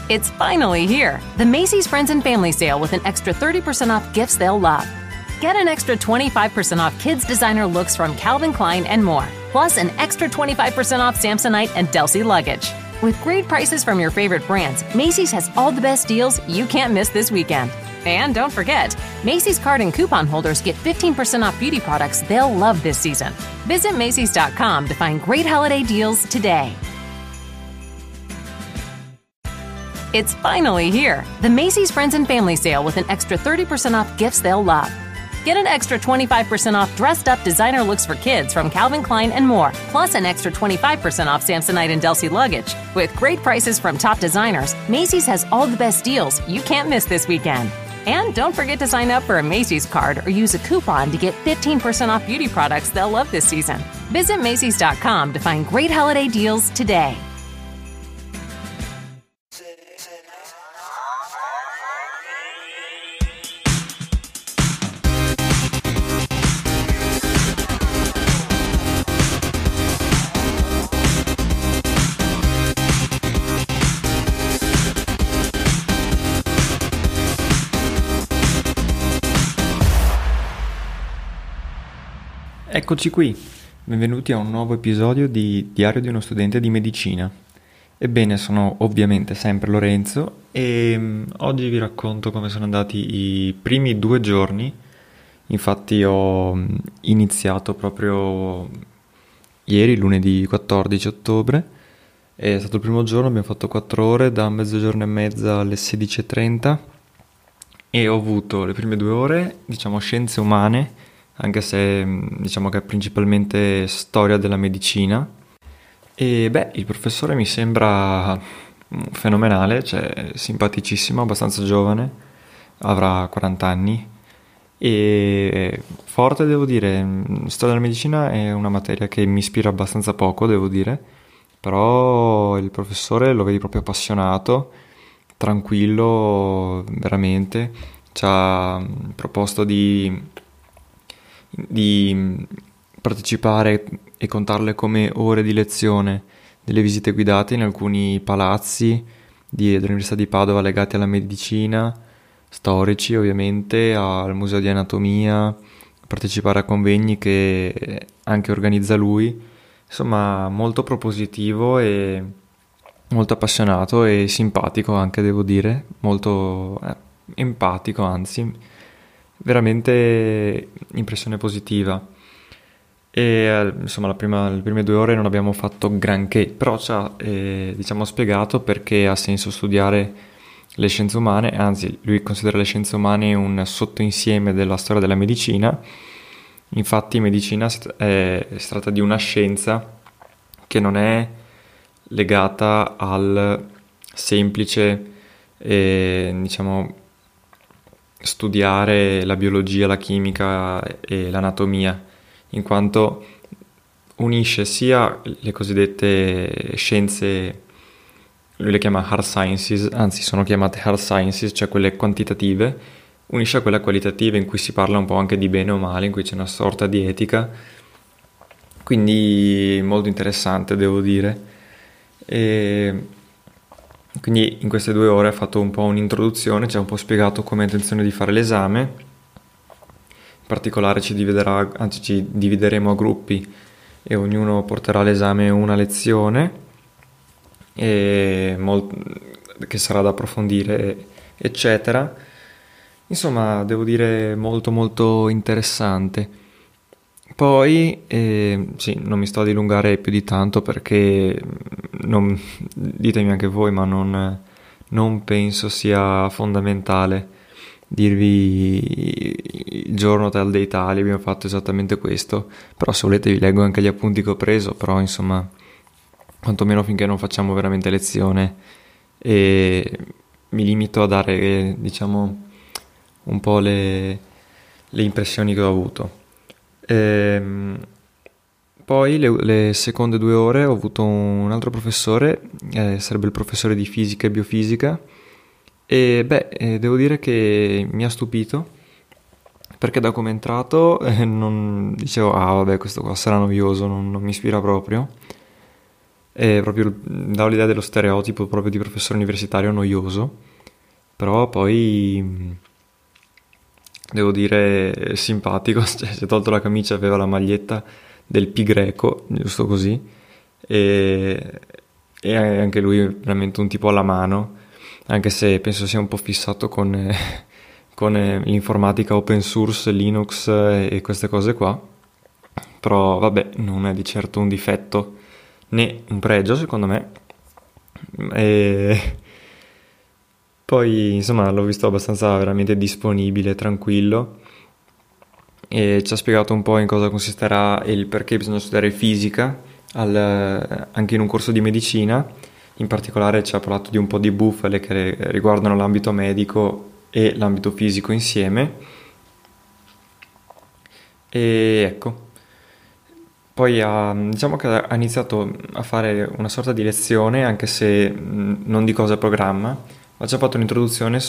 It's finally here, the Macy's Friends and Family Sale with an extra 30% off gifts they'll love. Get an extra 25% off kids' designer looks from Calvin Klein and more, plus an extra 25% off Samsonite and Delsey luggage. With great prices from your favorite brands, Macy's has all the best deals you can't miss this weekend. And don't forget, Macy's card and coupon holders get 15% off beauty products they'll love this season. Visit Macys.com to find great holiday deals today. It's finally here, the Macy's Friends and Family Sale with an extra 30% off gifts they'll love. Get an extra 25% off dressed-up designer looks for kids from Calvin Klein and more, plus an extra 25% off Samsonite and Delsey luggage. With great prices from top designers, Macy's has all the best deals you can't miss this weekend. And don't forget to sign up for a Macy's card or use a coupon to get 15% off beauty products they'll love this season. Visit Macys.com to find great holiday deals today. Eccoci qui, benvenuti a un nuovo episodio di Diario di uno studente di medicina. Ebbene, sono ovviamente sempre Lorenzo e oggi vi racconto come sono andati i primi 2 giorni. Infatti ho iniziato proprio ieri, lunedì 14 ottobre. È stato il primo giorno, abbiamo fatto 4 ore da mezzogiorno e mezza alle 16:30 e ho avuto le prime 2 ore, scienze umane, anche se diciamo che è principalmente storia della medicina. E il professore mi sembra fenomenale, cioè simpaticissimo, abbastanza giovane, avrà 40 anni e forte, devo dire. Storia della medicina è una materia che mi ispira abbastanza poco, devo dire, però il professore lo vedi proprio appassionato, tranquillo, veramente. Ci ha proposto di partecipare e contarle come ore di lezione delle visite guidate in alcuni palazzi dell'Università di Padova legati alla medicina, storici ovviamente, al Museo di Anatomia, partecipare a convegni che anche organizza lui. Insomma, molto propositivo e molto appassionato e simpatico anche, devo dire, molto empatico, anzi, veramente impressione positiva. E insomma le prime 2 ore non abbiamo fatto granché, però ci ha spiegato perché ha senso studiare le scienze umane. Anzi, lui considera le scienze umane un sottoinsieme della storia della medicina. Infatti medicina si tratta di una scienza che non è legata al semplice studiare la biologia, la chimica e l'anatomia, in quanto unisce sia le cosiddette scienze, lui le chiama hard sciences, anzi sono chiamate hard sciences, cioè quelle quantitative, unisce a quelle qualitative in cui si parla un po' anche di bene o male, in cui c'è una sorta di etica, quindi molto interessante, devo dire. E quindi in queste 2 ore ha fatto un po' un'introduzione, ci ha un po' spiegato come ha intenzione di fare l'esame. In particolare ci divideremo a gruppi e ognuno porterà all'esame una lezione che sarà da approfondire, eccetera. Insomma, devo dire molto molto interessante. Poi, non mi sto a dilungare più di tanto perché ditemi anche voi, ma non penso sia fondamentale dirvi il giorno tal dei tali abbiamo fatto esattamente questo. Però se volete vi leggo anche gli appunti che ho preso, però insomma, quantomeno finché non facciamo veramente lezione, e mi limito a dare un po' le impressioni che ho avuto. Poi le seconde 2 ore ho avuto un altro professore, sarebbe il professore di fisica e biofisica, e devo dire che mi ha stupito, perché da come è entrato non dicevo questo qua sarà noioso, non mi ispira proprio. e proprio dava l'idea dello stereotipo proprio di professore universitario noioso, però poi devo dire simpatico, cioè, si è tolto la camicia, aveva la maglietta del Pi greco, giusto così, e, e anche lui è veramente un tipo alla mano, anche se penso sia un po' fissato con l'informatica open source, Linux e queste cose qua, però vabbè, non è di certo un difetto né un pregio secondo me. E poi insomma l'ho visto abbastanza veramente disponibile, tranquillo, e ci ha spiegato un po' in cosa consisterà e il perché bisogna studiare fisica anche in un corso di medicina. In particolare ci ha parlato di un po' di bufale che riguardano l'ambito medico e l'ambito fisico insieme. E ecco, poi diciamo che ha iniziato a fare una sorta di lezione, anche se non di cosa programma, ma ci ha fatto un'introduzione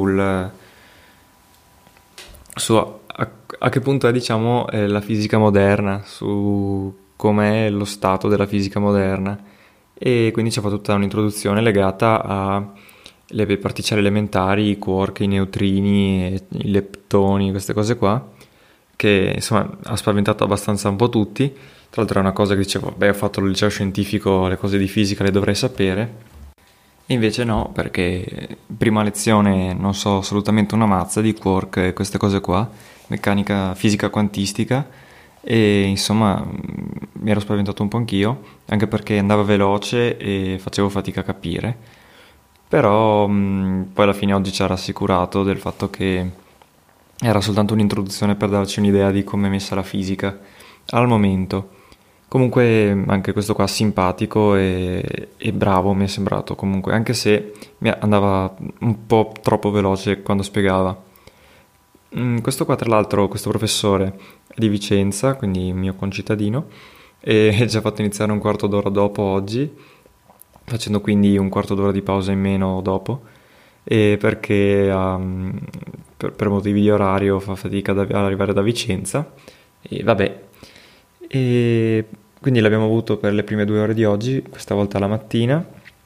su a che punto è, diciamo, la fisica moderna, su com'è lo stato della fisica moderna. E quindi ci ha fatto tutta un'introduzione legata alle particelle elementari, i quark, i neutrini, i leptoni, queste cose qua, che insomma ha spaventato abbastanza un po' tutti. Tra l'altro è una cosa che dicevo, beh, ho fatto il liceo scientifico, le cose di fisica le dovrei sapere. E invece no, perché prima lezione non so assolutamente una mazza di quark e queste cose qua, meccanica, fisica quantistica, e insomma mi ero spaventato un po' anch'io, anche perché andava veloce e facevo fatica a capire. Però poi alla fine oggi ci ha rassicurato del fatto che era soltanto un'introduzione per darci un'idea di come è messa la fisica al momento. Comunque anche questo qua simpatico e bravo mi è sembrato comunque, anche se andava un po' troppo veloce quando spiegava. Questo qua tra l'altro, questo professore è di Vicenza, quindi mio concittadino, e ci ha fatto iniziare un quarto d'ora dopo oggi, facendo quindi un quarto d'ora di pausa in meno dopo, e perché per motivi di orario fa fatica ad arrivare da Vicenza, e vabbè. E quindi l'abbiamo avuto per le prime 2 ore di oggi, questa volta la mattina,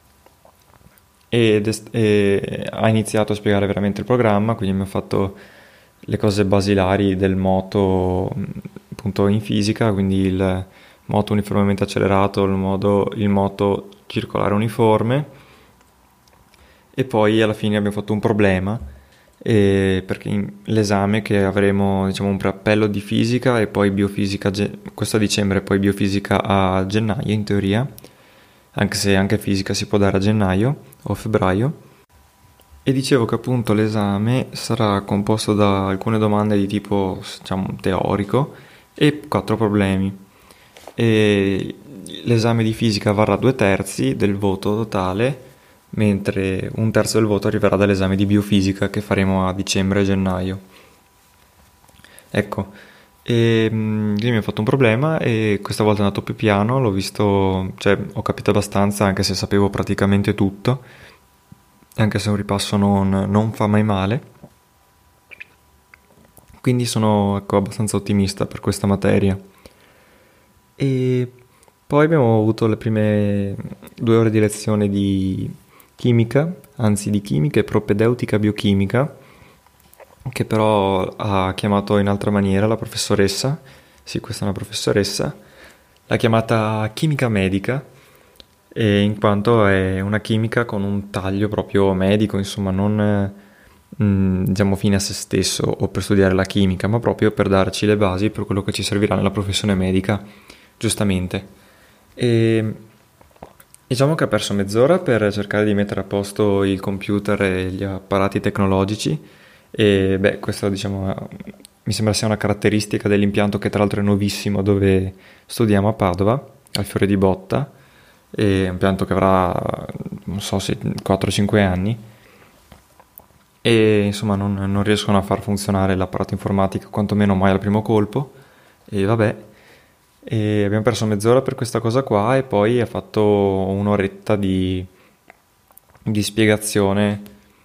e ha iniziato a spiegare veramente il programma, quindi mi ha fatto le cose basilari del moto appunto in fisica, quindi il moto uniformemente accelerato, il moto circolare uniforme, e poi alla fine abbiamo fatto un problema, perché l'esame che avremo, diciamo, un preappello di fisica e poi biofisica questo a dicembre e poi biofisica a gennaio in teoria, anche se anche fisica si può dare a gennaio o a febbraio. E dicevo che appunto l'esame sarà composto da alcune domande di tipo, diciamo, teorico e 4 problemi. E l'esame di fisica varrà 2/3 del voto totale, mentre 1/3 del voto arriverà dall'esame di biofisica che faremo a dicembre e gennaio. Ecco, e quindi mi ha fatto un problema e questa volta è andato più piano, l'ho visto, cioè ho capito abbastanza anche se sapevo praticamente tutto, anche se un ripasso non fa mai male. Quindi sono, ecco, abbastanza ottimista per questa materia. E poi abbiamo avuto le prime 2 ore di lezione di chimica, anzi di chimica e propedeutica biochimica, che però ha chiamato in altra maniera la professoressa. Sì, questa è una professoressa. L'ha chiamata chimica medica, in quanto è una chimica con un taglio proprio medico, insomma, non diciamo fine a se stesso o per studiare la chimica, ma proprio per darci le basi per quello che ci servirà nella professione medica, giustamente. E diciamo che ha perso mezz'ora per cercare di mettere a posto il computer e gli apparati tecnologici, e beh, questo diciamo mi sembra sia una caratteristica dell'impianto, che tra l'altro è nuovissimo, dove studiamo a Padova, al Fiore di Botta. È un pianto che avrà, non so se 4-5 anni, e insomma non riescono a far funzionare l'apparato informatico, quantomeno mai al primo colpo, e vabbè, e abbiamo perso mezz'ora per questa cosa qua, e poi ha fatto un'oretta di spiegazione,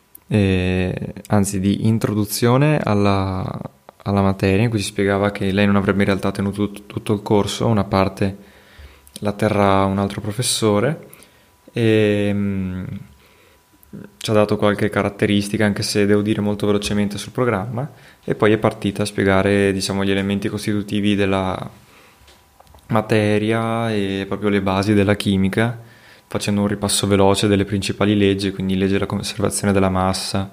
anzi di introduzione alla materia, in cui si spiegava che lei non avrebbe in realtà tenuto tutto il corso, una parte la terrà un altro professore e ci ha dato qualche caratteristica, anche se devo dire molto velocemente sul programma, e poi è partita a spiegare, diciamo, gli elementi costitutivi della materia e proprio le basi della chimica, facendo un ripasso veloce delle principali leggi, quindi legge della conservazione della massa,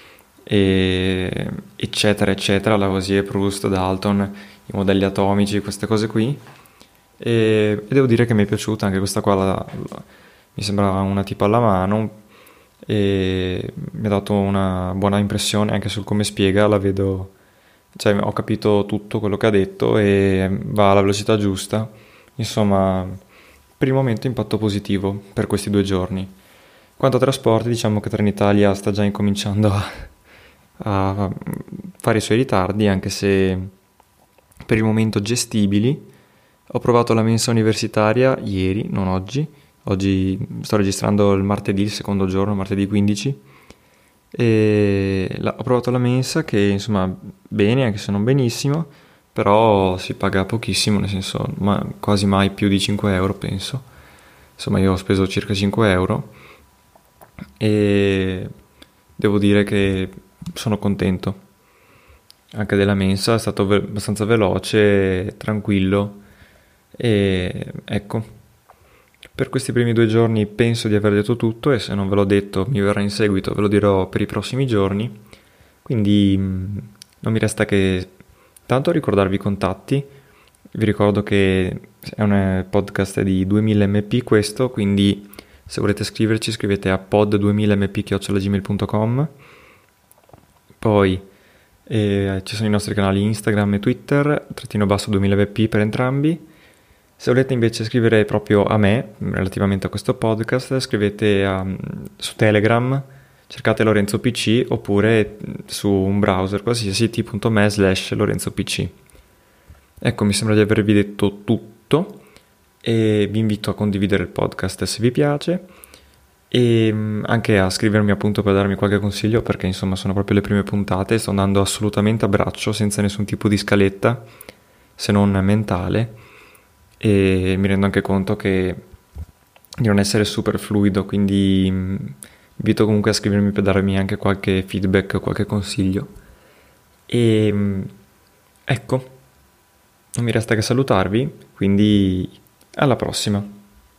eccetera eccetera, Lavoisier, Proust, Dalton, i modelli atomici, queste cose qui. E devo dire che mi è piaciuta anche questa qua, mi sembra una tipa alla mano e mi ha dato una buona impressione anche sul come spiega, la vedo, cioè ho capito tutto quello che ha detto e va alla velocità giusta, insomma per il momento impatto positivo per questi 2 giorni. Quanto a trasporti, diciamo che Trenitalia sta già incominciando a fare i suoi ritardi, anche se per il momento gestibili. Ho provato la mensa universitaria ieri, non oggi. Oggi sto registrando il martedì, il secondo giorno, martedì 15. Ho provato la mensa che insomma bene, anche se non benissimo, però si paga pochissimo, nel senso quasi mai più di 5 euro penso. Insomma io ho speso circa 5 euro e devo dire che sono contento. Anche della mensa è stato abbastanza veloce, tranquillo. E ecco, per questi primi 2 giorni penso di aver detto tutto, e se non ve l'ho detto mi verrà in seguito, ve lo dirò per i prossimi giorni. Quindi non mi resta che tanto ricordarvi i contatti. Vi ricordo che è un podcast di 2000mp questo, quindi se volete scriverci scrivete a pod2000mp@gmail.com. Poi ci sono i nostri canali Instagram e Twitter, _2000mp per entrambi. Se volete invece scrivere proprio a me, relativamente a questo podcast, scrivete su Telegram, cercate Lorenzo PC, oppure su un browser qualsiasi t.me/LorenzoPC. Ecco, mi sembra di avervi detto tutto e vi invito a condividere il podcast se vi piace e anche a scrivermi appunto per darmi qualche consiglio, perché insomma sono proprio le prime puntate, sto andando assolutamente a braccio senza nessun tipo di scaletta se non mentale, e mi rendo anche conto di non essere super fluido, quindi invito comunque a scrivermi per darmi anche qualche feedback, qualche consiglio. E ecco, non mi resta che salutarvi, quindi alla prossima.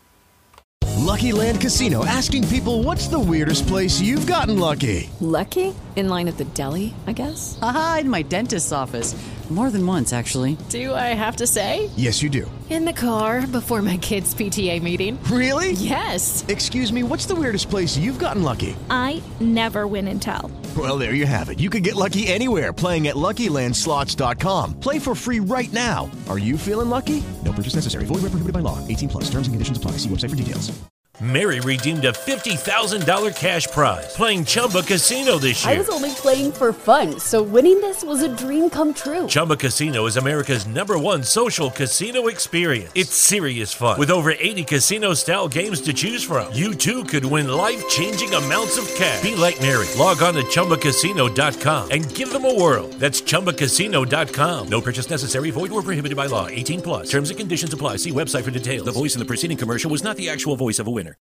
Lucky Land Casino, asking people, what's the weirdest place you've gotten lucky? Lucky? In line at the deli, I guess? Aha, in my dentist's office. More than once, actually. Do I have to say? Yes, you do. In the car before my kids' PTA meeting. Really? Yes. Excuse me, what's the weirdest place you've gotten lucky? I never win and tell. Well, there you have it. You can get lucky anywhere, playing at LuckyLandSlots.com. Play for free right now. Are you feeling lucky? No purchase necessary. Void where prohibited by law. 18+. Terms and conditions apply. See website for details. Mary redeemed a $50,000 cash prize playing Chumba Casino this year. I was only playing for fun, so winning this was a dream come true. Chumba Casino is America's #1 social casino experience. It's serious fun. With over 80 casino-style games to choose from, you too could win life-changing amounts of cash. Be like Mary. Log on to ChumbaCasino.com and give them a whirl. That's ChumbaCasino.com. No purchase necessary. Void where prohibited by law. 18+. Terms and conditions apply. See website for details. The voice in the preceding commercial was not the actual voice of a winner.